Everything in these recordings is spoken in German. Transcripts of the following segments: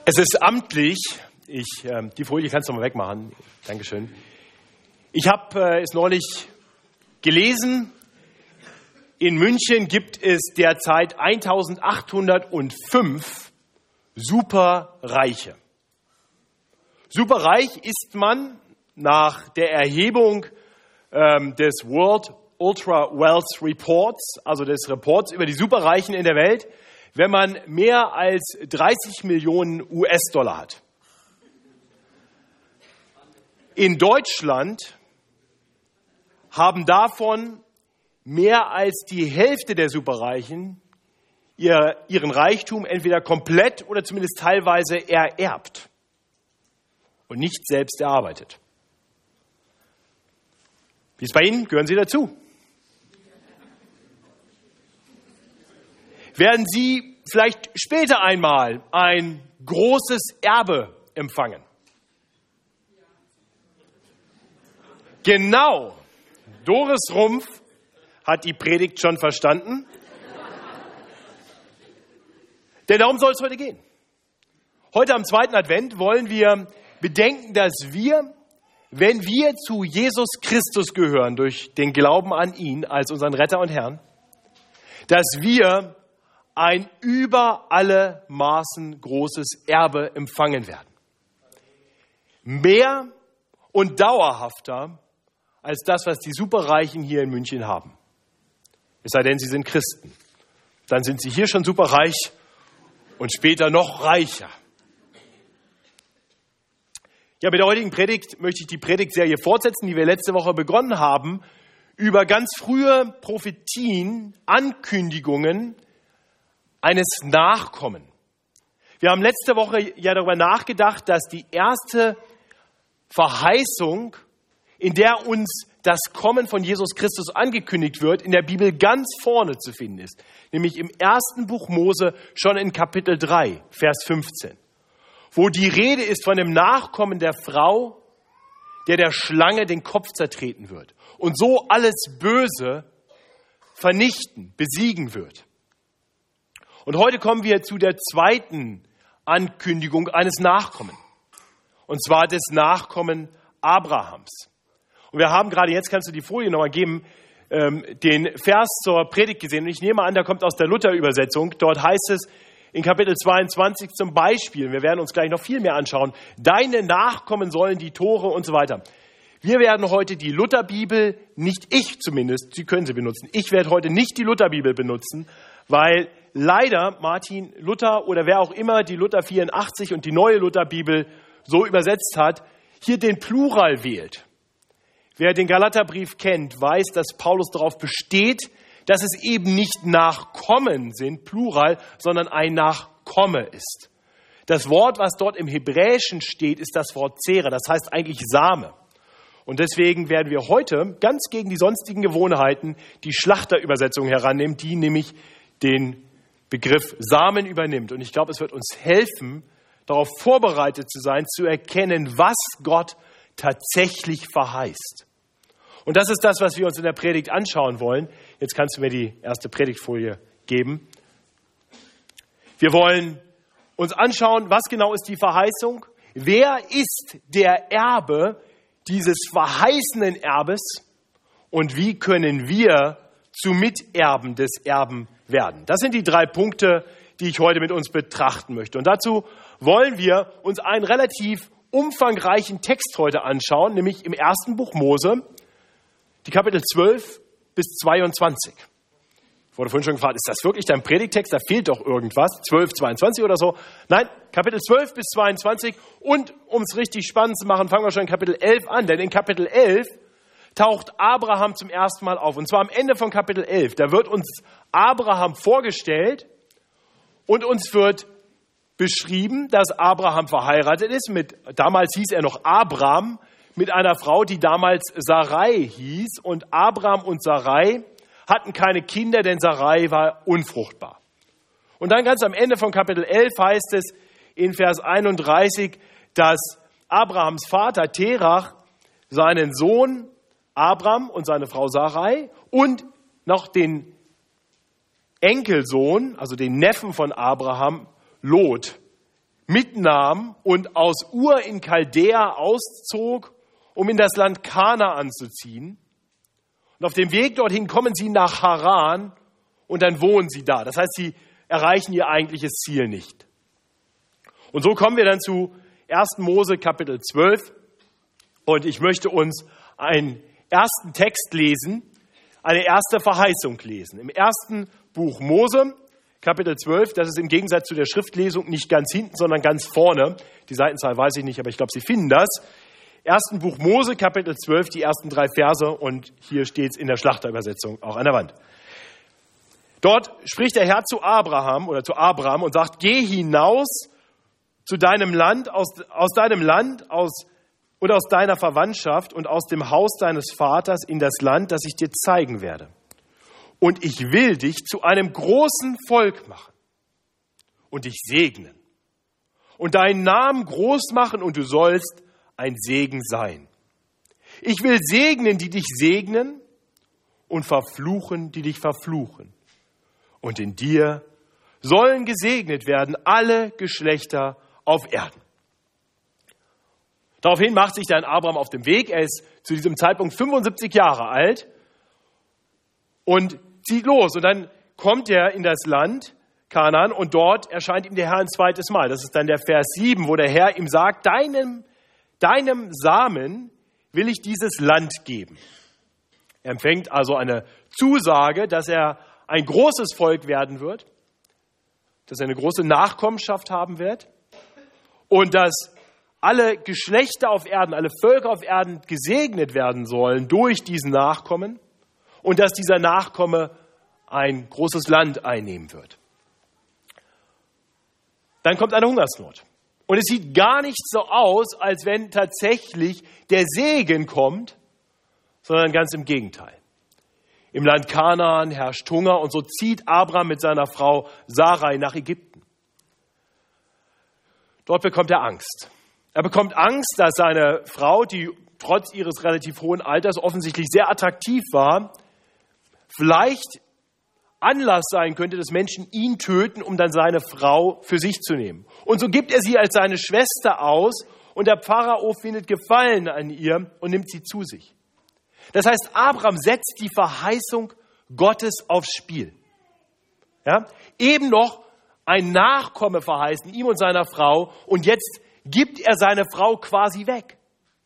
Es ist amtlich. Die Folie kannst du mal wegmachen. Dankeschön. Ich habe es neulich gelesen. In München gibt es derzeit 1805 Superreiche. Superreich ist man nach der Erhebung des World Ultra Wealth Reports, also des Reports über die Superreichen in der Welt, wenn man mehr als 30 Millionen US-Dollar hat. In Deutschland haben davon mehr als die Hälfte der Superreichen ihren Reichtum entweder komplett oder zumindest teilweise ererbt und nicht selbst erarbeitet. Wie ist es bei Ihnen? Gehören Sie dazu? Werden Sie vielleicht später einmal ein großes Erbe empfangen? Genau. Doris Rumpf hat die Predigt schon verstanden. Denn darum soll es heute gehen. Heute am zweiten Advent wollen wir bedenken, dass wir, wenn wir zu Jesus Christus gehören, durch den Glauben an ihn als unseren Retter und Herrn, dass wir ein über alle Maßen großes Erbe empfangen werden. Mehr und dauerhafter als das, was die Superreichen hier in München haben. Es sei denn, sie sind Christen. Dann sind sie hier schon superreich und später noch reicher. Ja, mit der heutigen Predigt möchte ich die Predigtserie fortsetzen, die wir letzte Woche begonnen haben, über ganz frühe Prophetien, Ankündigungen eines Nachkommen. Wir haben letzte Woche ja darüber nachgedacht, dass die erste Verheißung, in der uns das Kommen von Jesus Christus angekündigt wird, in der Bibel ganz vorne zu finden ist. Nämlich im ersten Buch Mose, schon in Kapitel 3, Vers 15. Wo die Rede ist von dem Nachkommen der Frau, der Schlange den Kopf zertreten wird. Und so alles Böse vernichten, besiegen wird. Und heute kommen wir zu der zweiten Ankündigung eines Nachkommen. Und zwar des Nachkommen Abrahams. Und wir haben gerade, jetzt kannst du die Folie nochmal geben, den Vers zur Predigt gesehen. Und ich nehme an, der kommt aus der Luther-Übersetzung. Dort heißt es in Kapitel 22 zum Beispiel, wir werden uns gleich noch viel mehr anschauen, deine Nachkommen sollen die Tore und so weiter. Wir werden heute die Lutherbibel, nicht ich zumindest, Sie können sie benutzen, ich werde heute nicht die Lutherbibel benutzen, weil leider Martin Luther oder wer auch immer die Luther 84 und die neue Lutherbibel so übersetzt hat, hier den Plural wählt. Wer den Galaterbrief kennt, weiß, dass Paulus darauf besteht, dass es eben nicht Nachkommen sind, Plural, sondern ein Nachkomme ist. Das Wort, was dort im Hebräischen steht, ist das Wort Zera, das heißt eigentlich Same. Und deswegen werden wir heute ganz gegen die sonstigen Gewohnheiten die Schlachterübersetzung herannehmen, die nämlich den Begriff Samen übernimmt. Und ich glaube, es wird uns helfen, darauf vorbereitet zu sein, zu erkennen, was Gott tatsächlich verheißt. Und das ist das, was wir uns in der Predigt anschauen wollen. Jetzt kannst du mir die erste Predigtfolie geben. Wir wollen uns anschauen, was genau ist die Verheißung? Wer ist der Erbe dieses verheißenen Erbes? Und wie können wir zu Miterben des Erben werden? Das sind die 3 Punkte, die ich heute mit uns betrachten möchte. Und dazu wollen wir uns einen relativ umfangreichen Text heute anschauen, nämlich im ersten Buch Mose, die Kapitel 12 bis 22. Ich wurde vorhin schon gefragt, ist das wirklich dein Predigtext? Da fehlt doch irgendwas. 12, 22 oder so. Nein, Kapitel 12 bis 22. Und um es richtig spannend zu machen, fangen wir schon in Kapitel 11 an. Denn in Kapitel 11 taucht Abraham zum ersten Mal auf. Und zwar am Ende von Kapitel 11. Da wird uns Abraham vorgestellt und uns wird beschrieben, dass Abraham verheiratet ist damals hieß er noch Abram, mit einer Frau, die damals Sarai hieß. Und Abram und Sarai hatten keine Kinder, denn Sarai war unfruchtbar. Und dann ganz am Ende von Kapitel 11 heißt es in Vers 31, dass Abrahams Vater Terach seinen Sohn Abram und seine Frau Sarai und noch den Enkelsohn, also den Neffen von Abraham, Lot, mitnahm und aus Ur in Chaldea auszog, um in das Land Kanaan zu ziehen. Und auf dem Weg dorthin kommen sie nach Haran und dann wohnen sie da. Das heißt, sie erreichen ihr eigentliches Ziel nicht. Und so kommen wir dann zu 1. Mose Kapitel 12. Und ich möchte uns einen ersten Text lesen, eine erste Verheißung lesen. Im ersten Buch Mose, Kapitel 12, das ist im Gegensatz zu der Schriftlesung nicht ganz hinten, sondern ganz vorne. Die Seitenzahl weiß ich nicht, aber ich glaube, Sie finden das. Ersten Buch Mose, Kapitel 12, die ersten 3 Verse und hier steht es in der Schlachterübersetzung auch an der Wand. Dort spricht der Herr zu Abraham und sagt, geh hinaus zu deinem Land, aus deinem Land, und aus deiner Verwandtschaft und aus dem Haus deines Vaters in das Land, das ich dir zeigen werde. Und ich will dich zu einem großen Volk machen und dich segnen und deinen Namen groß machen und du sollst ein Segen sein. Ich will segnen, die dich segnen und verfluchen, die dich verfluchen. Und in dir sollen gesegnet werden alle Geschlechter auf Erden. Daraufhin macht sich dann Abraham auf den Weg. Er ist zu diesem Zeitpunkt 75 Jahre alt und zieht los. Und dann kommt er in das Land Kanaan und dort erscheint ihm der Herr ein zweites Mal. Das ist dann der Vers 7, wo der Herr ihm sagt, deinem Samen will ich dieses Land geben. Er empfängt also eine Zusage, dass er ein großes Volk werden wird, dass er eine große Nachkommenschaft haben wird und dass alle Geschlechter auf Erden, alle Völker auf Erden gesegnet werden sollen durch diesen Nachkommen und dass dieser Nachkomme ein großes Land einnehmen wird. Dann kommt eine Hungersnot. Und es sieht gar nicht so aus, als wenn tatsächlich der Segen kommt, sondern ganz im Gegenteil. Im Land Kanaan herrscht Hunger und so zieht Abraham mit seiner Frau Sarai nach Ägypten. Dort bekommt er Angst. Er bekommt Angst, dass seine Frau, die trotz ihres relativ hohen Alters offensichtlich sehr attraktiv war, vielleicht Anlass sein könnte, dass Menschen ihn töten, um dann seine Frau für sich zu nehmen. Und so gibt er sie als seine Schwester aus und der Pharao findet Gefallen an ihr und nimmt sie zu sich. Das heißt, Abraham setzt die Verheißung Gottes aufs Spiel. Ja? Eben noch ein Nachkomme verheißen, ihm und seiner Frau, und jetzt gibt er seine Frau quasi weg.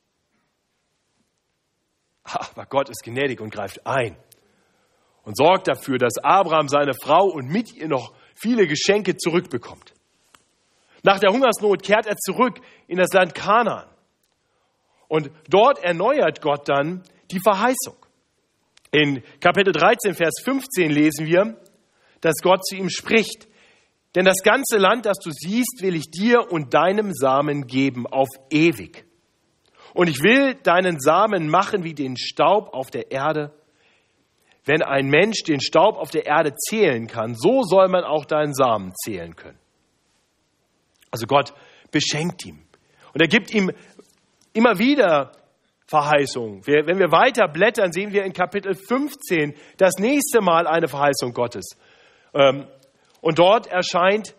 Aber Gott ist gnädig und greift ein und sorgt dafür, dass Abraham seine Frau und mit ihr noch viele Geschenke zurückbekommt. Nach der Hungersnot kehrt er zurück in das Land Kanaan. Und dort erneuert Gott dann die Verheißung. In Kapitel 13, Vers 15 lesen wir, dass Gott zu ihm spricht. Denn das ganze Land, das du siehst, will ich dir und deinem Samen geben auf ewig. Und ich will deinen Samen machen wie den Staub auf der Erde. Wenn ein Mensch den Staub auf der Erde zählen kann, so soll man auch deinen Samen zählen können. Also Gott beschenkt ihn. Und er gibt ihm immer wieder Verheißungen. Wenn wir weiter blättern, sehen wir in Kapitel 15 das nächste Mal eine Verheißung Gottes. Und dort erscheint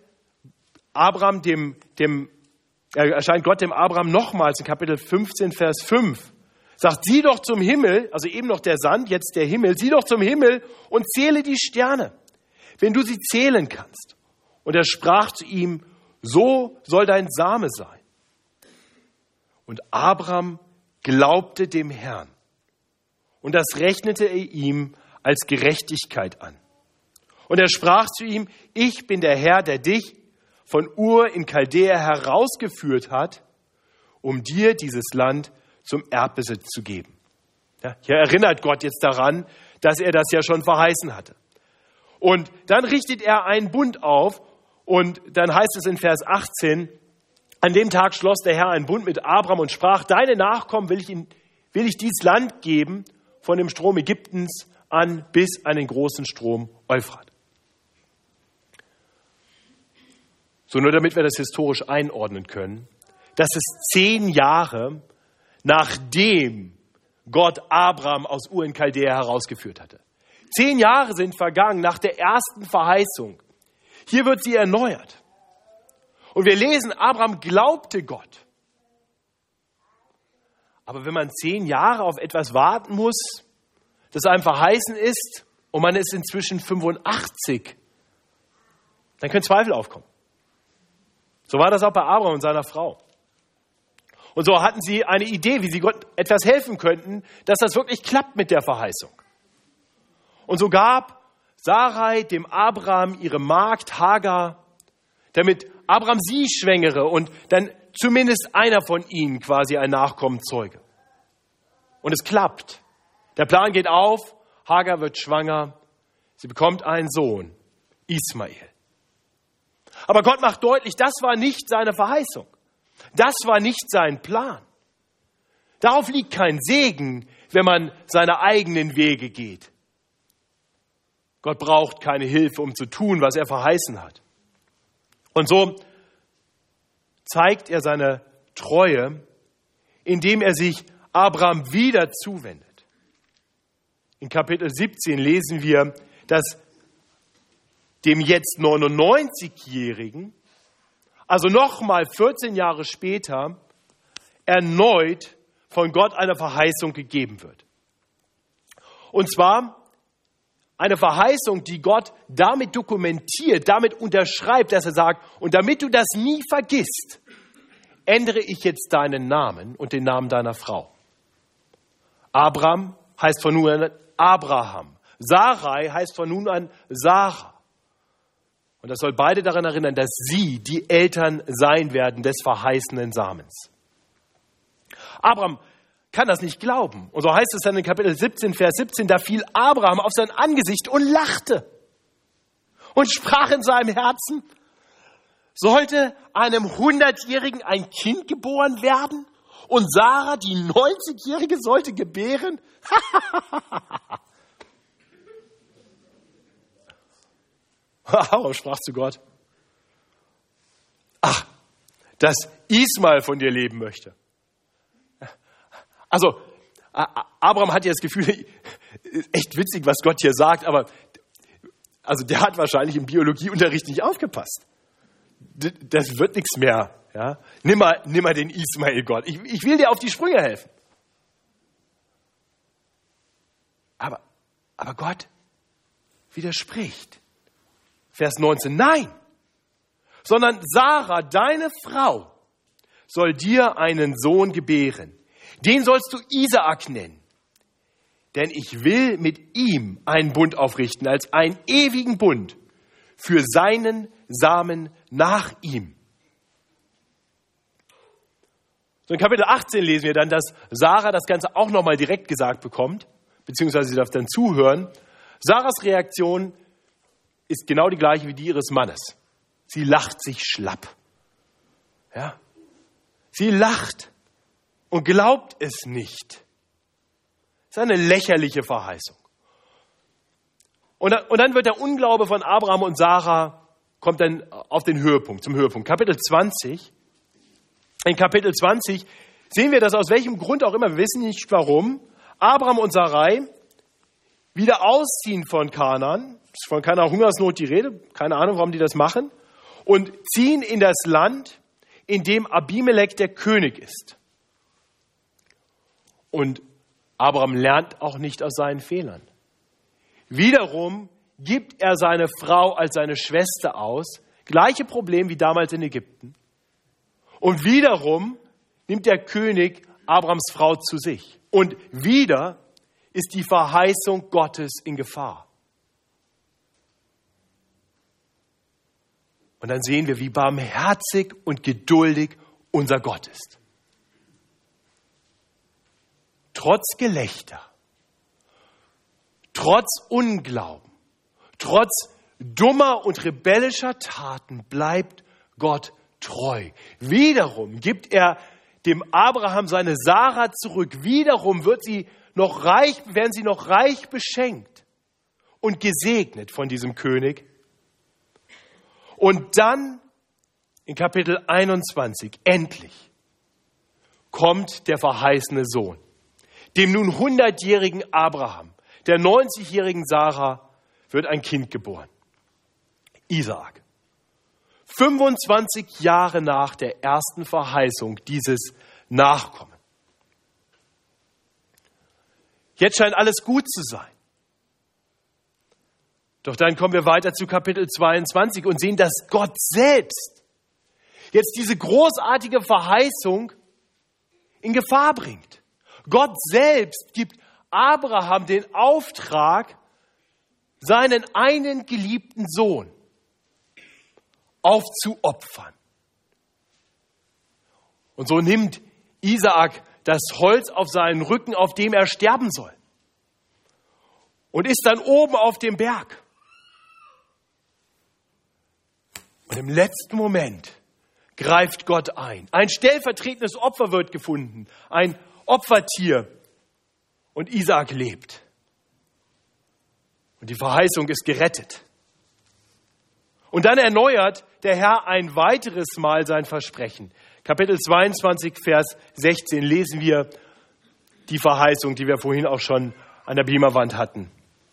Gott dem Abraham nochmals in Kapitel 15, Vers 5. Sagt, sieh doch zum Himmel, also eben noch der Sand, jetzt der Himmel, sieh doch zum Himmel und zähle die Sterne, wenn du sie zählen kannst. Und er sprach zu ihm, so soll dein Same sein. Und Abraham glaubte dem Herrn. Und das rechnete er ihm als Gerechtigkeit an. Und er sprach zu ihm, ich bin der Herr, der dich von Ur in Chaldea herausgeführt hat, um dir dieses Land zum Erbbesitz zu geben. Ja, hier erinnert Gott jetzt daran, dass er das ja schon verheißen hatte. Und dann richtet er einen Bund auf und dann heißt es in Vers 18, an dem Tag schloss der Herr einen Bund mit Abraham und sprach, deine Nachkommen will ich dieses Land geben, von dem Strom Ägyptens an bis an den großen Strom Euphrat. So, nur damit wir das historisch einordnen können, das ist 10 Jahre, nachdem Gott Abraham aus Ur in Chaldea herausgeführt hatte. 10 Jahre sind vergangen nach der ersten Verheißung. Hier wird sie erneuert. Und wir lesen, Abraham glaubte Gott. Aber wenn man 10 Jahre auf etwas warten muss, das einem verheißen ist, und man ist inzwischen 85, dann können Zweifel aufkommen. So war das auch bei Abraham und seiner Frau. Und so hatten sie eine Idee, wie sie Gott etwas helfen könnten, dass das wirklich klappt mit der Verheißung. Und so gab Sarai dem Abraham ihre Magd Hagar, damit Abraham sie schwängere und dann zumindest einer von ihnen quasi ein Nachkommen zeuge. Und es klappt. Der Plan geht auf, Hagar wird schwanger, sie bekommt einen Sohn, Ismael. Aber Gott macht deutlich, das war nicht seine Verheißung. Das war nicht sein Plan. Darauf liegt kein Segen, wenn man seine eigenen Wege geht. Gott braucht keine Hilfe, um zu tun, was er verheißen hat. Und so zeigt er seine Treue, indem er sich Abraham wieder zuwendet. In Kapitel 17 lesen wir, dass dem jetzt 99-Jährigen, also nochmal 14 Jahre später, erneut von Gott eine Verheißung gegeben wird. Und zwar eine Verheißung, die Gott damit dokumentiert, damit unterschreibt, dass er sagt, und damit du das nie vergisst, ändere ich jetzt deinen Namen und den Namen deiner Frau. Abraham heißt von nun an Abraham. Sarai heißt von nun an Sarah. Und das soll beide daran erinnern, dass sie die Eltern sein werden des verheißenen Samens. Abraham kann das nicht glauben. Und so heißt es dann in Kapitel 17, Vers 17, da fiel Abraham auf sein Angesicht und lachte und sprach in seinem Herzen, sollte einem 100-Jährigen ein Kind geboren werden und Sarah, die 90-Jährige, sollte gebären? Abraham sprach zu Gott, ach, dass Ismael von dir leben möchte. Also, Abraham hat ja das Gefühl, echt witzig, was Gott hier sagt, aber also der hat wahrscheinlich im Biologieunterricht nicht aufgepasst. Das wird nichts mehr. Ja? Nimm mal den Ismael, Gott. Ich will dir auf die Sprünge helfen. Aber Gott widerspricht. Vers 19, nein, sondern Sarah, deine Frau, soll dir einen Sohn gebären. Den sollst du Isaak nennen. Denn ich will mit ihm einen Bund aufrichten, als einen ewigen Bund für seinen Samen nach ihm. So in Kapitel 18 lesen wir dann, dass Sarah das Ganze auch nochmal direkt gesagt bekommt, beziehungsweise sie darf dann zuhören. Sarahs Reaktion ist genau die gleiche wie die ihres Mannes. Sie lacht sich schlapp. Ja? Sie lacht und glaubt es nicht. Das ist eine lächerliche Verheißung. Und dann wird der Unglaube von Abraham und Sarah, kommt dann auf den Höhepunkt, zum Höhepunkt. Kapitel 20. In Kapitel 20 sehen wir, dass aus welchem Grund auch immer, wir wissen nicht warum, Abraham und Sarai wieder ausziehen von Kanaan. Ist von keiner Hungersnot die Rede, keine Ahnung, warum die das machen, und ziehen in das Land, in dem Abimelech der König ist. Und Abraham lernt auch nicht aus seinen Fehlern. Wiederum gibt er seine Frau als seine Schwester aus, gleiche Problem wie damals in Ägypten. Und wiederum nimmt der König Abrahams Frau zu sich. Und wieder ist die Verheißung Gottes in Gefahr. Und dann sehen wir, wie barmherzig und geduldig unser Gott ist. Trotz Gelächter, trotz Unglauben, trotz dummer und rebellischer Taten bleibt Gott treu. Wiederum gibt er dem Abraham seine Sarah zurück. Wiederum werden sie noch reich beschenkt und gesegnet von diesem König. Und dann in Kapitel 21, endlich, kommt der verheißene Sohn, dem nun 100-jährigen Abraham, der 90-jährigen Sarah, wird ein Kind geboren. Isaak. 25 Jahre nach der ersten Verheißung dieses Nachkommen. Jetzt scheint alles gut zu sein. Doch dann kommen wir weiter zu Kapitel 22 und sehen, dass Gott selbst jetzt diese großartige Verheißung in Gefahr bringt. Gott selbst gibt Abraham den Auftrag, seinen einen geliebten Sohn aufzuopfern. Und so nimmt Isaak das Holz auf seinen Rücken, auf dem er sterben soll, und ist dann oben auf dem Berg. Und im letzten Moment greift Gott ein. Ein stellvertretendes Opfer wird gefunden, ein Opfertier, und Isaak lebt. Und die Verheißung ist gerettet. Und dann erneuert der Herr ein weiteres Mal sein Versprechen. Kapitel 22, Vers 16 lesen wir die Verheißung, die wir vorhin auch schon an der Beamerwand hatten.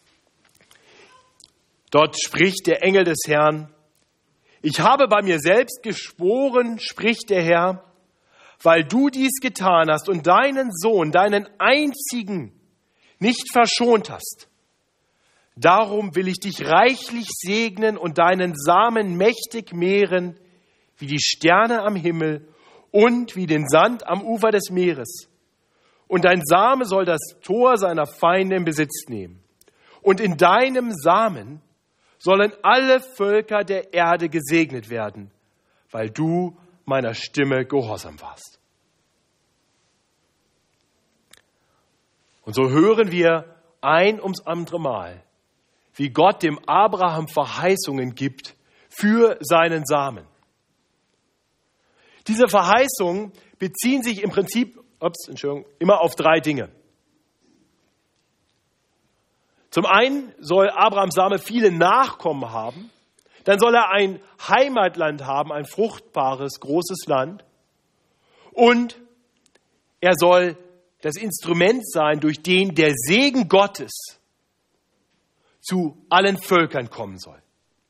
Dort spricht der Engel des Herrn: Ich habe bei mir selbst geschworen, spricht der Herr, weil du dies getan hast und deinen Sohn, deinen einzigen, nicht verschont hast. Darum will ich dich reichlich segnen und deinen Samen mächtig mehren, wie die Sterne am Himmel und wie den Sand am Ufer des Meeres. Und dein Same soll das Tor seiner Feinde in Besitz nehmen. Und in deinem Samen sollen alle Völker der Erde gesegnet werden, weil du meiner Stimme gehorsam warst. Und so hören wir ein ums andere Mal, wie Gott dem Abraham Verheißungen gibt für seinen Samen. Diese Verheißungen beziehen sich im Prinzip immer auf 3 Dinge. Zum einen soll Abrahams Same viele Nachkommen haben, dann soll er ein Heimatland haben, ein fruchtbares, großes Land, und er soll das Instrument sein, durch den der Segen Gottes zu allen Völkern kommen soll.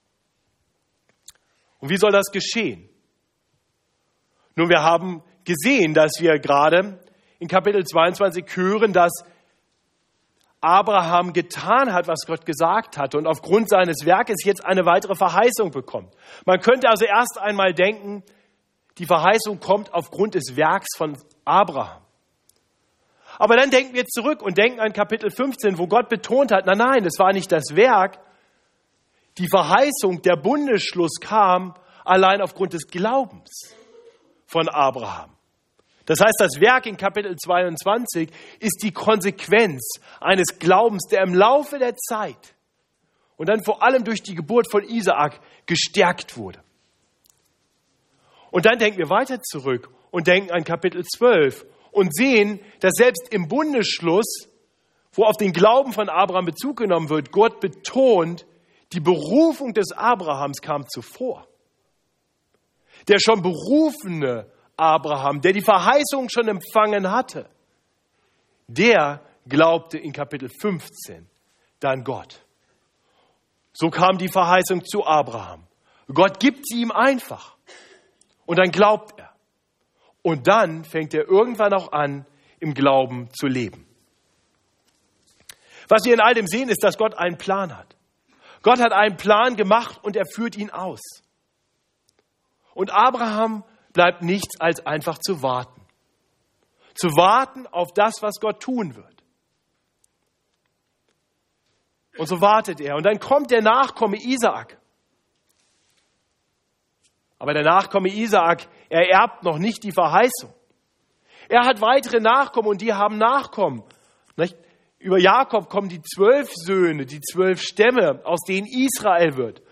Und wie soll das geschehen? Nun, wir haben gesehen, dass wir gerade in Kapitel 22 hören, dass Abraham getan hat, was Gott gesagt hatte, und aufgrund seines Werkes jetzt eine weitere Verheißung bekommt. Man könnte also erst einmal denken, die Verheißung kommt aufgrund des Werks von Abraham. Aber dann denken wir zurück und denken an Kapitel 15, wo Gott betont hat, nein, das war nicht das Werk. Die Verheißung, der Bundesschluss kam allein aufgrund des Glaubens von Abraham. Das heißt, das Werk in Kapitel 22 ist die Konsequenz eines Glaubens, der im Laufe der Zeit und dann vor allem durch die Geburt von Isaak gestärkt wurde. Und dann denken wir weiter zurück und denken an Kapitel 12 und sehen, dass selbst im Bundesschluss, wo auf den Glauben von Abraham Bezug genommen wird, Gott betont, die Berufung des Abrahams kam zuvor. Der schon berufene Abraham, der die Verheißung schon empfangen hatte, der glaubte in Kapitel 15 dann Gott. So kam die Verheißung zu Abraham. Gott gibt sie ihm einfach. Und dann glaubt er. Und dann fängt er irgendwann auch an, im Glauben zu leben. Was wir in all dem sehen, ist, dass Gott einen Plan hat. Gott hat einen Plan gemacht und er führt ihn aus. Und Abraham bleibt nichts als einfach zu warten. Zu warten auf das, was Gott tun wird. Und so wartet er. Und dann kommt der Nachkomme Isaak. Aber der Nachkomme Isaak, er erbt noch nicht die Verheißung. Er hat weitere Nachkommen und die haben Nachkommen. Nicht? Über Jakob kommen die 12 Söhne, die 12 Stämme, aus denen Israel wird.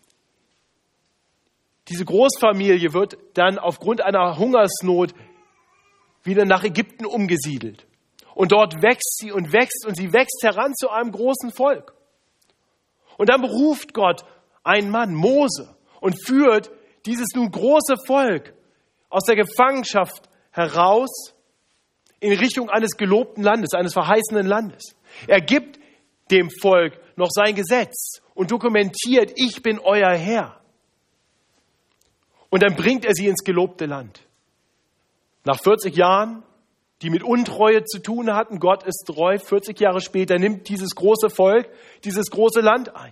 Diese Großfamilie wird dann aufgrund einer Hungersnot wieder nach Ägypten umgesiedelt. Und dort wächst sie und sie wächst heran zu einem großen Volk. Und dann beruft Gott einen Mann, Mose, und führt dieses nun große Volk aus der Gefangenschaft heraus in Richtung eines gelobten Landes, eines verheißenen Landes. Er gibt dem Volk noch sein Gesetz und dokumentiert, ich bin euer Herr. Und dann bringt er sie ins gelobte Land. Nach 40 Jahren, die mit Untreue zu tun hatten, Gott ist treu, 40 Jahre später nimmt dieses große Volk dieses große Land ein.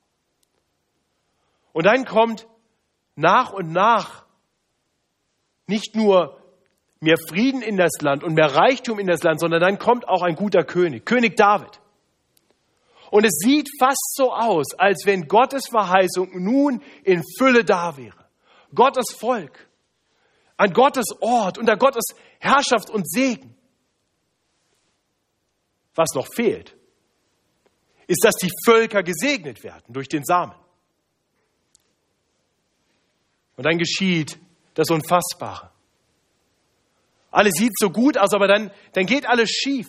Und dann kommt nach und nach nicht nur mehr Frieden in das Land und mehr Reichtum in das Land, sondern dann kommt auch ein guter König, König David. Und es sieht fast so aus, als wenn Gottes Verheißung nun in Fülle da wäre. Gottes Volk, an Gottes Ort, unter Gottes Herrschaft und Segen. Was noch fehlt, ist, dass die Völker gesegnet werden durch den Samen. Und dann geschieht das Unfassbare. Alles sieht so gut aus, aber dann geht alles schief.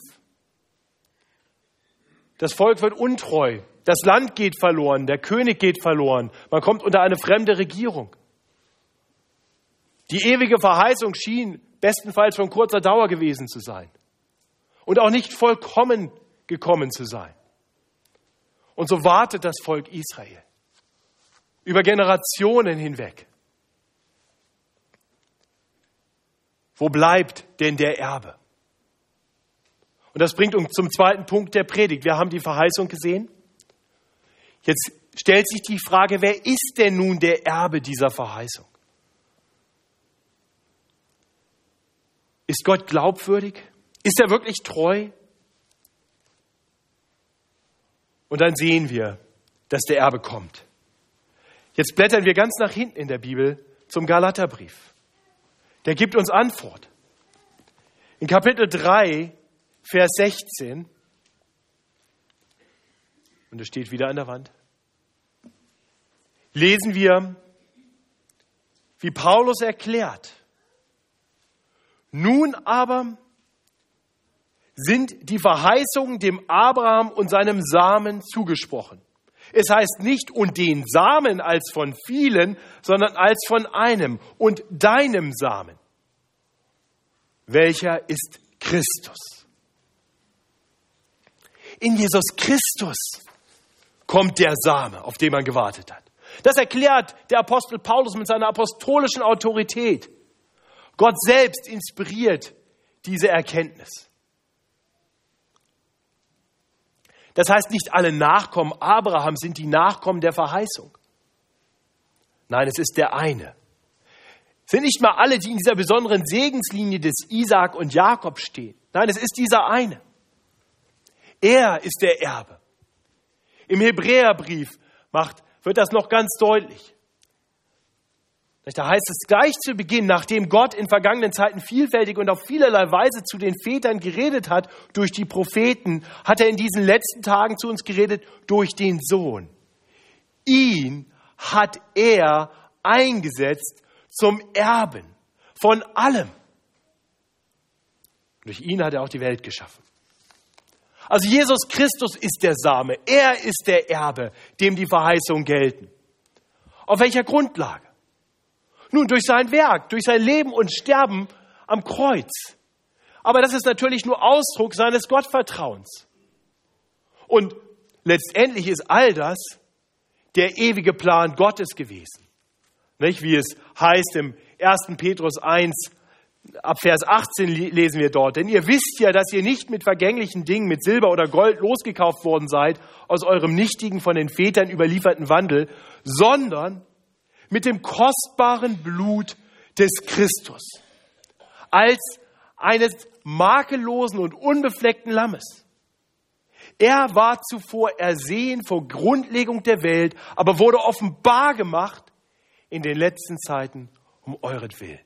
Das Volk wird untreu, das Land geht verloren, der König geht verloren, man kommt unter eine fremde Regierung. Die ewige Verheißung schien bestenfalls von kurzer Dauer gewesen zu sein und auch nicht vollkommen gekommen zu sein. Und so wartet das Volk Israel über Generationen hinweg. Wo bleibt denn der Erbe? Und das bringt uns zum zweiten Punkt der Predigt. Wir haben die Verheißung gesehen. Jetzt stellt sich die Frage, wer ist denn nun der Erbe dieser Verheißung? Ist Gott glaubwürdig? Ist er wirklich treu? Und dann sehen wir, dass der Erbe kommt. Jetzt blättern wir ganz nach hinten in der Bibel zum Galaterbrief. Der gibt uns Antwort. In Kapitel 3, Vers 16, und es steht wieder an der Wand, lesen wir, wie Paulus erklärt: Nun aber sind die Verheißungen dem Abraham und seinem Samen zugesprochen. Es heißt nicht und den Samen als von vielen, sondern als von einem und deinem Samen. Welcher ist Christus? In Jesus Christus kommt der Same, auf den man gewartet hat. Das erklärt der Apostel Paulus mit seiner apostolischen Autorität. Gott selbst inspiriert diese Erkenntnis. Das heißt, nicht alle Nachkommen Abraham sind die Nachkommen der Verheißung. Nein, es ist der eine. Es sind nicht mal alle, die in dieser besonderen Segenslinie des Isaak und Jakob stehen. Nein, es ist dieser eine. Er ist der Erbe. Im Hebräerbrief wird das noch ganz deutlich. Da heißt es gleich zu Beginn, nachdem Gott in vergangenen Zeiten vielfältig und auf vielerlei Weise zu den Vätern geredet hat, durch die Propheten, hat er in diesen letzten Tagen zu uns geredet durch den Sohn. Ihn hat er eingesetzt zum Erben von allem. Durch ihn hat er auch die Welt geschaffen. Also Jesus Christus ist der Same. Er ist der Erbe, dem die Verheißungen gelten. Auf welcher Grundlage? Nun, durch sein Werk, durch sein Leben und Sterben am Kreuz. Aber das ist natürlich nur Ausdruck seines Gottvertrauens. Und letztendlich ist all das der ewige Plan Gottes gewesen. Nicht? Wie es heißt im 1. Petrus 1, ab Vers 18 lesen wir dort. Denn ihr wisst ja, dass ihr nicht mit vergänglichen Dingen, mit Silber oder Gold losgekauft worden seid, aus eurem nichtigen, von den Vätern überlieferten Wandel, sondern mit dem kostbaren Blut des Christus, als eines makellosen und unbefleckten Lammes. Er war zuvor ersehen vor Grundlegung der Welt, aber wurde offenbar gemacht in den letzten Zeiten um euretwillen.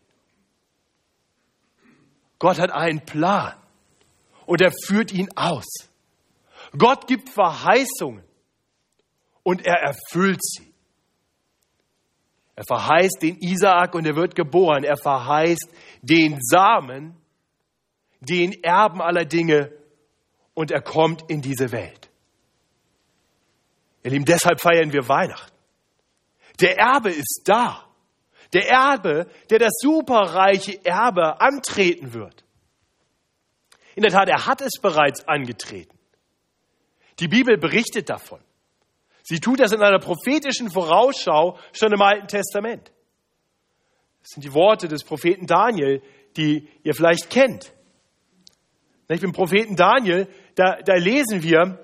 Gott hat einen Plan und er führt ihn aus. Gott gibt Verheißungen und er erfüllt sie. Er verheißt den Isaak und er wird geboren. Er verheißt den Samen, den Erben aller Dinge und er kommt in diese Welt. Ihr Lieben, deshalb feiern wir Weihnachten. Der Erbe ist da. Der Erbe, der das superreiche Erbe antreten wird. In der Tat, er hat es bereits angetreten. Die Bibel berichtet davon. Sie tut das in einer prophetischen Vorausschau schon im Alten Testament. Das sind die Worte des Propheten Daniel, die ihr vielleicht kennt. Im Propheten Daniel, da lesen wir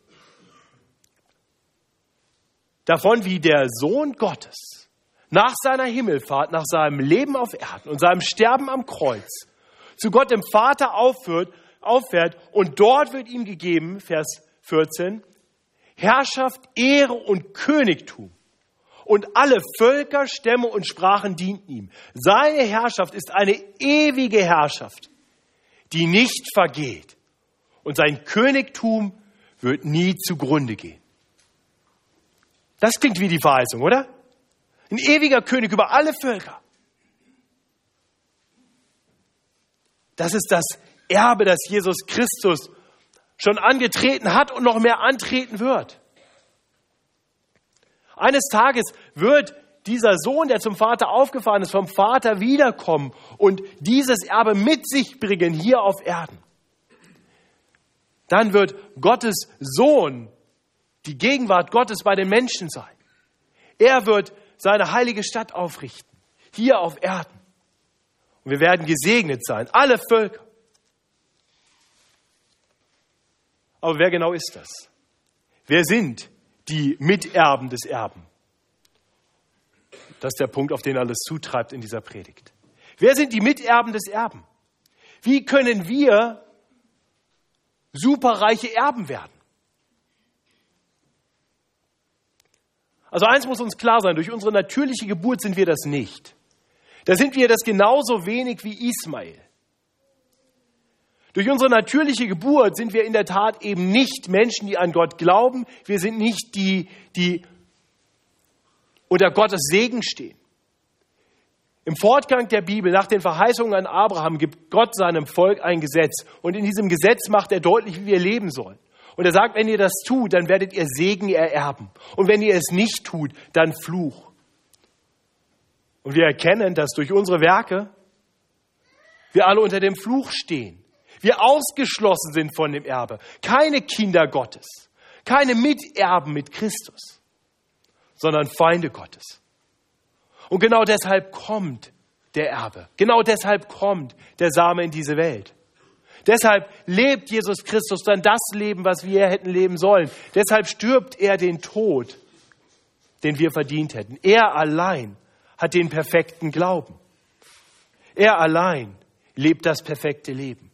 davon, wie der Sohn Gottes nach seiner Himmelfahrt, nach seinem Leben auf Erden und seinem Sterben am Kreuz zu Gott dem Vater auffährt und dort wird ihm gegeben, Vers 14, Herrschaft, Ehre und Königtum. Und alle Völker, Stämme und Sprachen dienten ihm. Seine Herrschaft ist eine ewige Herrschaft, die nicht vergeht. Und sein Königtum wird nie zugrunde gehen. Das klingt wie die Verheißung, oder? Ein ewiger König über alle Völker. Das ist das Erbe, das Jesus Christus schon angetreten hat und noch mehr antreten wird. Eines Tages wird dieser Sohn, der zum Vater aufgefahren ist, vom Vater wiederkommen und dieses Erbe mit sich bringen hier auf Erden. Dann wird Gottes Sohn die Gegenwart Gottes bei den Menschen sein. Er wird seine heilige Stadt aufrichten, hier auf Erden. Und wir werden gesegnet sein, alle Völker. Aber wer genau ist das? Wer sind die Miterben des Erben? Das ist der Punkt, auf den alles zutreibt in dieser Predigt. Wer sind die Miterben des Erben? Wie können wir superreiche Erben werden? Also eins muss uns klar sein, durch unsere natürliche Geburt sind wir das nicht. Da sind wir das genauso wenig wie Ismael. Durch unsere natürliche Geburt sind wir in der Tat eben nicht Menschen, die an Gott glauben. Wir sind nicht die, die unter Gottes Segen stehen. Im Fortgang der Bibel, nach den Verheißungen an Abraham, gibt Gott seinem Volk ein Gesetz. Und in diesem Gesetz macht er deutlich, wie wir leben sollen. Und er sagt, wenn ihr das tut, dann werdet ihr Segen ererben. Und wenn ihr es nicht tut, dann Fluch. Und wir erkennen, dass durch unsere Werke wir alle unter dem Fluch stehen. Wir ausgeschlossen sind von dem Erbe. Keine Kinder Gottes. Keine Miterben mit Christus. Sondern Feinde Gottes. Und genau deshalb kommt der Erbe. Genau deshalb kommt der Same in diese Welt. Deshalb lebt Jesus Christus dann das Leben, was wir hätten leben sollen. Deshalb stirbt er den Tod, den wir verdient hätten. Er allein hat den perfekten Glauben. Er allein lebt das perfekte Leben.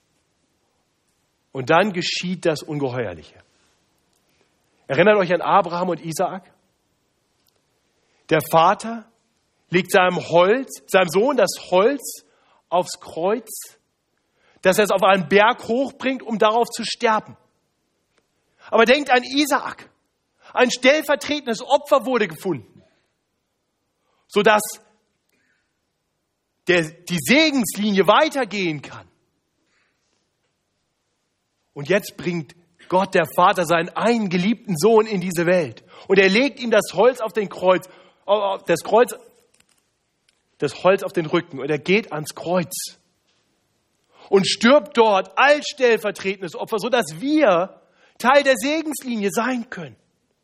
Und dann geschieht das Ungeheuerliche. Erinnert euch an Abraham und Isaak? Der Vater legt seinem Sohn das Holz aufs Kreuz, dass er es auf einen Berg hochbringt, um darauf zu sterben. Aber denkt an Isaak. Ein stellvertretendes Opfer wurde gefunden, sodass die Segenslinie weitergehen kann. Und jetzt bringt Gott, der Vater, seinen einen geliebten Sohn in diese Welt. Und er legt ihm das Holz auf den Rücken. Und er geht ans Kreuz. Und stirbt dort als stellvertretendes Opfer, sodass wir Teil der Segenslinie sein können.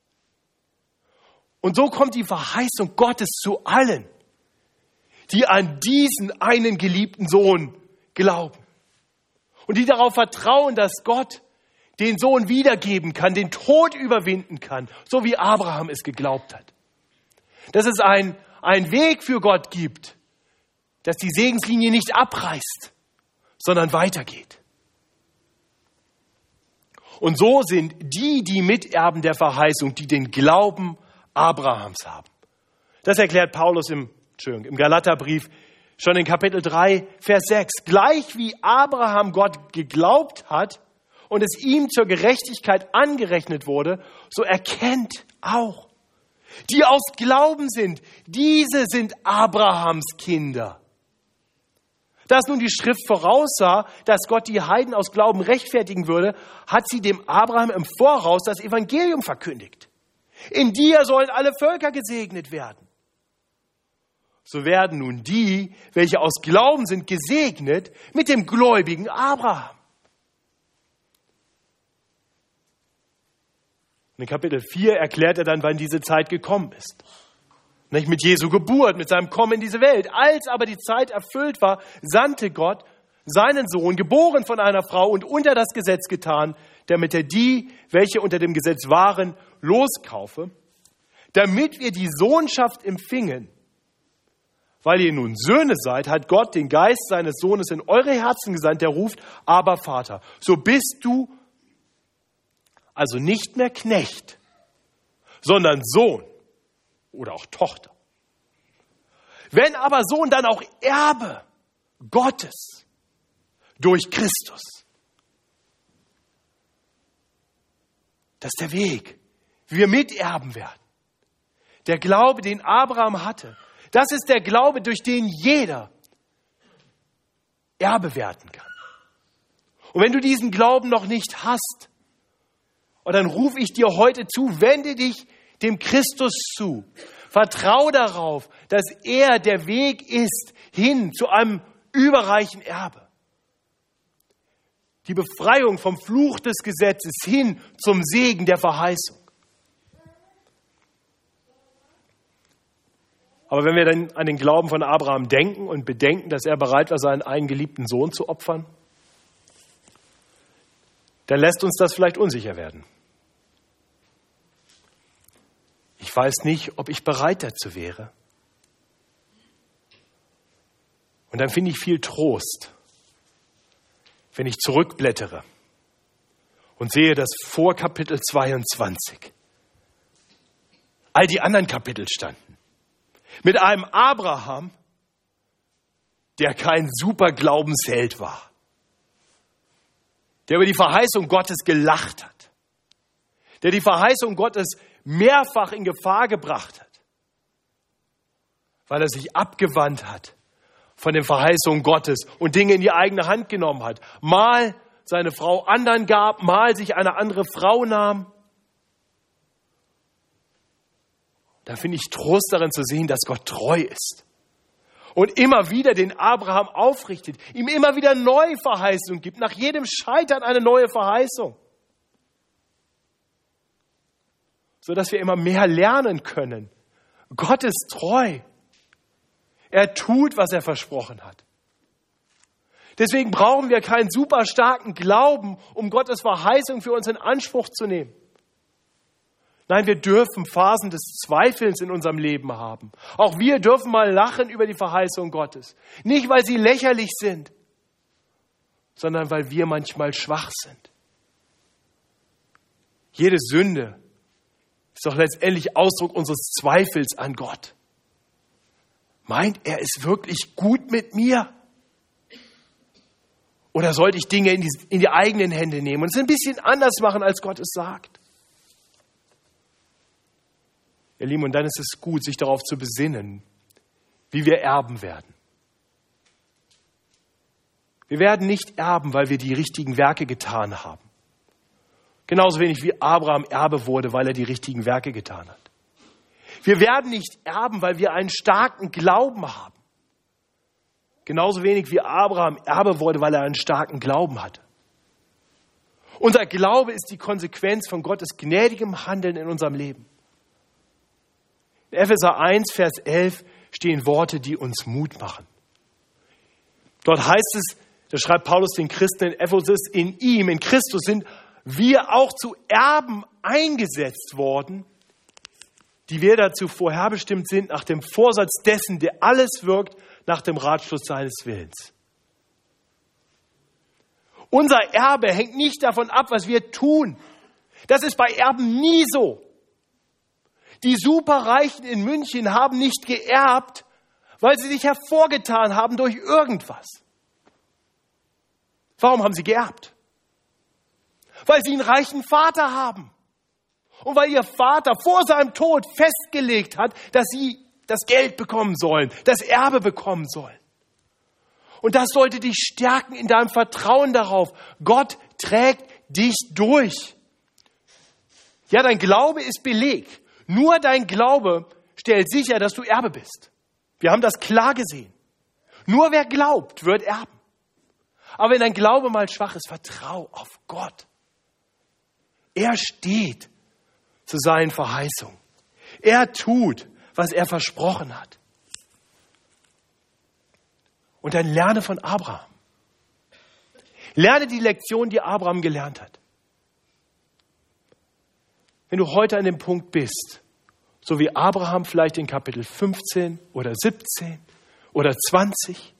Und so kommt die Verheißung Gottes zu allen, die an diesen einen geliebten Sohn glauben. Und die darauf vertrauen, dass Gott den Sohn wiedergeben kann, den Tod überwinden kann, so wie Abraham es geglaubt hat. Dass es einen Weg für Gott gibt, dass die Segenslinie nicht abreißt, sondern weitergeht. Und so sind die Miterben der Verheißung, die den Glauben Abrahams haben. Das erklärt Paulus im Galaterbrief schon in Kapitel 3, Vers 6. Gleich wie Abraham Gott geglaubt hat und es ihm zur Gerechtigkeit angerechnet wurde, so erkennt auch, die aus Glauben sind, diese sind Abrahams Kinder. Da es nun die Schrift voraussah, dass Gott die Heiden aus Glauben rechtfertigen würde, hat sie dem Abraham im Voraus das Evangelium verkündigt. In dir sollen alle Völker gesegnet werden. So werden nun die, welche aus Glauben sind, gesegnet mit dem gläubigen Abraham. Und in Kapitel 4 erklärt er dann, wann diese Zeit gekommen ist. Nicht mit Jesu Geburt, mit seinem Kommen in diese Welt. Als aber die Zeit erfüllt war, sandte Gott seinen Sohn, geboren von einer Frau und unter das Gesetz getan, damit er die, welche unter dem Gesetz waren, loskaufe, damit wir die Sohnschaft empfingen. Weil ihr nun Söhne seid, hat Gott den Geist seines Sohnes in eure Herzen gesandt, der ruft, aber Vater. So bist du also nicht mehr Knecht, sondern Sohn oder auch Tochter. Wenn aber Sohn, dann auch Erbe Gottes durch Christus. Das ist der Weg, wie wir miterben werden. Der Glaube, den Abraham hatte, das ist der Glaube, durch den jeder Erbe werden kann. Und wenn du diesen Glauben noch nicht hast, und dann rufe ich dir heute zu, wende dich dem Christus zu. Vertrau darauf, dass er der Weg ist hin zu einem überreichen Erbe. Die Befreiung vom Fluch des Gesetzes hin zum Segen der Verheißung. Aber wenn wir dann an den Glauben von Abraham denken und bedenken, dass er bereit war, seinen eingeliebten Sohn zu opfern, dann lässt uns das vielleicht unsicher werden. Ich weiß nicht, ob ich bereit dazu wäre. Und dann finde ich viel Trost, wenn ich zurückblättere und sehe, dass vor Kapitel 22 all die anderen Kapitel standen. Mit einem Abraham, der kein super Glaubensheld war, der über die Verheißung Gottes gelacht hat, der die Verheißung Gottes mehrfach in Gefahr gebracht hat, weil er sich abgewandt hat von den Verheißungen Gottes und Dinge in die eigene Hand genommen hat. Mal seine Frau anderen gab, mal sich eine andere Frau nahm. Da finde ich Trost darin zu sehen, dass Gott treu ist und immer wieder den Abraham aufrichtet, ihm immer wieder neue Verheißungen gibt, nach jedem Scheitern eine neue Verheißung, sodass wir immer mehr lernen können. Gott ist treu. Er tut, was er versprochen hat. Deswegen brauchen wir keinen super starken Glauben, um Gottes Verheißung für uns in Anspruch zu nehmen. Nein, wir dürfen Phasen des Zweifelns in unserem Leben haben. Auch wir dürfen mal lachen über die Verheißung Gottes. Nicht, weil sie lächerlich sind, sondern weil wir manchmal schwach sind. Jede Sünde ist doch letztendlich Ausdruck unseres Zweifels an Gott. Meint er es wirklich gut mit mir? Oder sollte ich Dinge in die eigenen Hände nehmen und es ein bisschen anders machen, als Gott es sagt? Ihr Lieben, und dann ist es gut, sich darauf zu besinnen, wie wir erben werden. Wir werden nicht erben, weil wir die richtigen Werke getan haben. Genauso wenig wie Abraham Erbe wurde, weil er die richtigen Werke getan hat. Wir werden nicht erben, weil wir einen starken Glauben haben. Genauso wenig wie Abraham Erbe wurde, weil er einen starken Glauben hatte. Unser Glaube ist die Konsequenz von Gottes gnädigem Handeln in unserem Leben. In Epheser 1, Vers 11 stehen Worte, die uns Mut machen. Dort heißt es, da schreibt Paulus den Christen in Ephesus, in ihm, in Christus sind wir auch zu Erben eingesetzt worden, die wir dazu vorherbestimmt sind, nach dem Vorsatz dessen, der alles wirkt, nach dem Ratschluss seines Willens. Unser Erbe hängt nicht davon ab, was wir tun. Das ist bei Erben nie so. Die Superreichen in München haben nicht geerbt, weil sie sich hervorgetan haben durch irgendwas. Warum haben sie geerbt? Weil sie einen reichen Vater haben. Und weil ihr Vater vor seinem Tod festgelegt hat, dass sie das Geld bekommen sollen, das Erbe bekommen sollen. Und das sollte dich stärken in deinem Vertrauen darauf. Gott trägt dich durch. Ja, dein Glaube ist Beleg. Nur dein Glaube stellt sicher, dass du Erbe bist. Wir haben das klar gesehen. Nur wer glaubt, wird erben. Aber wenn dein Glaube mal schwach ist, vertrau auf Gott. Er steht zu seinen Verheißungen. Er tut, was er versprochen hat. Und dann lerne von Abraham. Lerne die Lektion, die Abraham gelernt hat. Wenn du heute an dem Punkt bist, so wie Abraham vielleicht in Kapitel 15 oder 17 oder 20,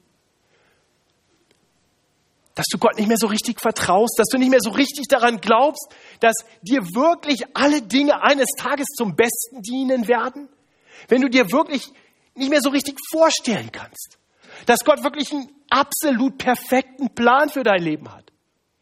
dass du Gott nicht mehr so richtig vertraust, dass du nicht mehr so richtig daran glaubst, dass dir wirklich alle Dinge eines Tages zum Besten dienen werden, wenn du dir wirklich nicht mehr so richtig vorstellen kannst, dass Gott wirklich einen absolut perfekten Plan für dein Leben hat.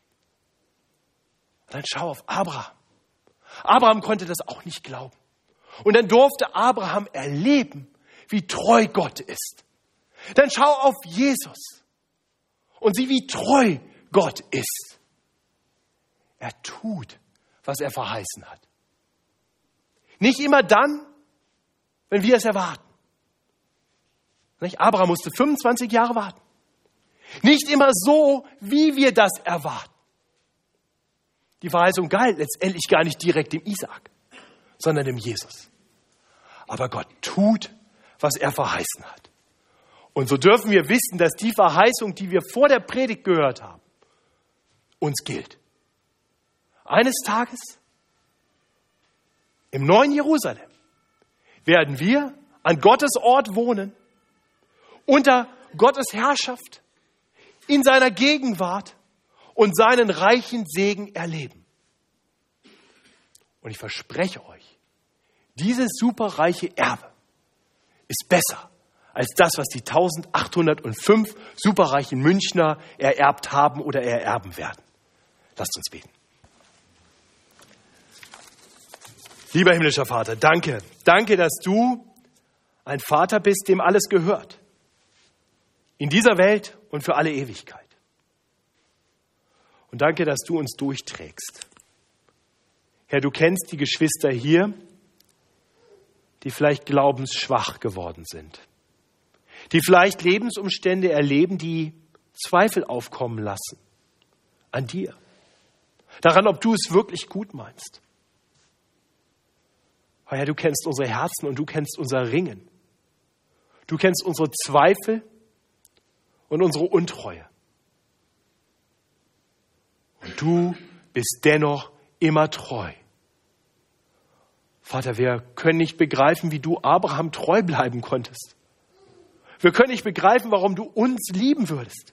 Und dann schau auf Abraham. Abraham konnte das auch nicht glauben. Und dann durfte Abraham erleben, wie treu Gott ist. Dann schau auf Jesus und sieh, wie treu Gott ist. Er tut, was er verheißen hat. Nicht immer dann, wenn wir es erwarten. Nicht? Abraham musste 25 Jahre warten. Nicht immer so, wie wir das erwarten. Die Verheißung galt letztendlich gar nicht direkt dem Isaak, sondern dem Jesus. Aber Gott tut, was er verheißen hat. Und so dürfen wir wissen, dass die Verheißung, die wir vor der Predigt gehört haben, uns gilt. Eines Tages im neuen Jerusalem werden wir an Gottes Ort wohnen, unter Gottes Herrschaft, in seiner Gegenwart und seinen reichen Segen erleben. Und ich verspreche euch, dieses superreiche Erbe ist besser als das, was die 1805 superreichen Münchner ererbt haben oder ererben werden. Lasst uns beten. Lieber himmlischer Vater, danke. Danke, dass du ein Vater bist, dem alles gehört. In dieser Welt und für alle Ewigkeit. Und danke, dass du uns durchträgst. Herr, du kennst die Geschwister hier, die vielleicht glaubensschwach geworden sind. Die vielleicht Lebensumstände erleben, die Zweifel aufkommen lassen. An dir. Daran, ob du es wirklich gut meinst. Herr, du kennst unsere Herzen und du kennst unser Ringen. Du kennst unsere Zweifel und unsere Untreue. Und du bist dennoch immer treu. Vater, wir können nicht begreifen, wie du Abraham treu bleiben konntest. Wir können nicht begreifen, warum du uns lieben würdest.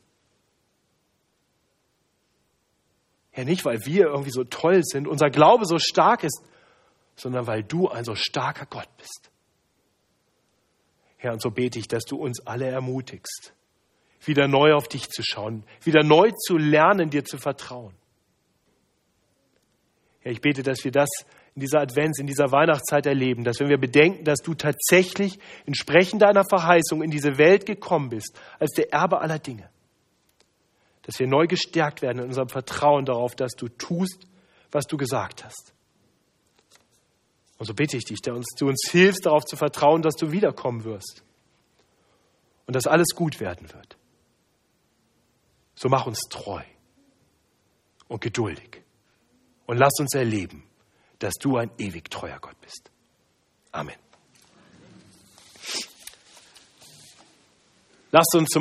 Ja, nicht, weil wir irgendwie so toll sind, unser Glaube so stark ist, sondern weil du ein so starker Gott bist. Herr, und so bete ich, dass du uns alle ermutigst, wieder neu auf dich zu schauen, wieder neu zu lernen, dir zu vertrauen. Herr, ich bete, dass wir das in dieser Advents, in dieser Weihnachtszeit erleben, dass wenn wir bedenken, dass du tatsächlich entsprechend deiner Verheißung in diese Welt gekommen bist, als der Erbe aller Dinge, dass wir neu gestärkt werden in unserem Vertrauen darauf, dass du tust, was du gesagt hast. Und so bitte ich dich, dass du uns hilfst, darauf zu vertrauen, dass du wiederkommen wirst und dass alles gut werden wird. So mach uns treu und geduldig und lass uns erleben, dass du ein ewig treuer Gott bist. Amen. Lasst uns zum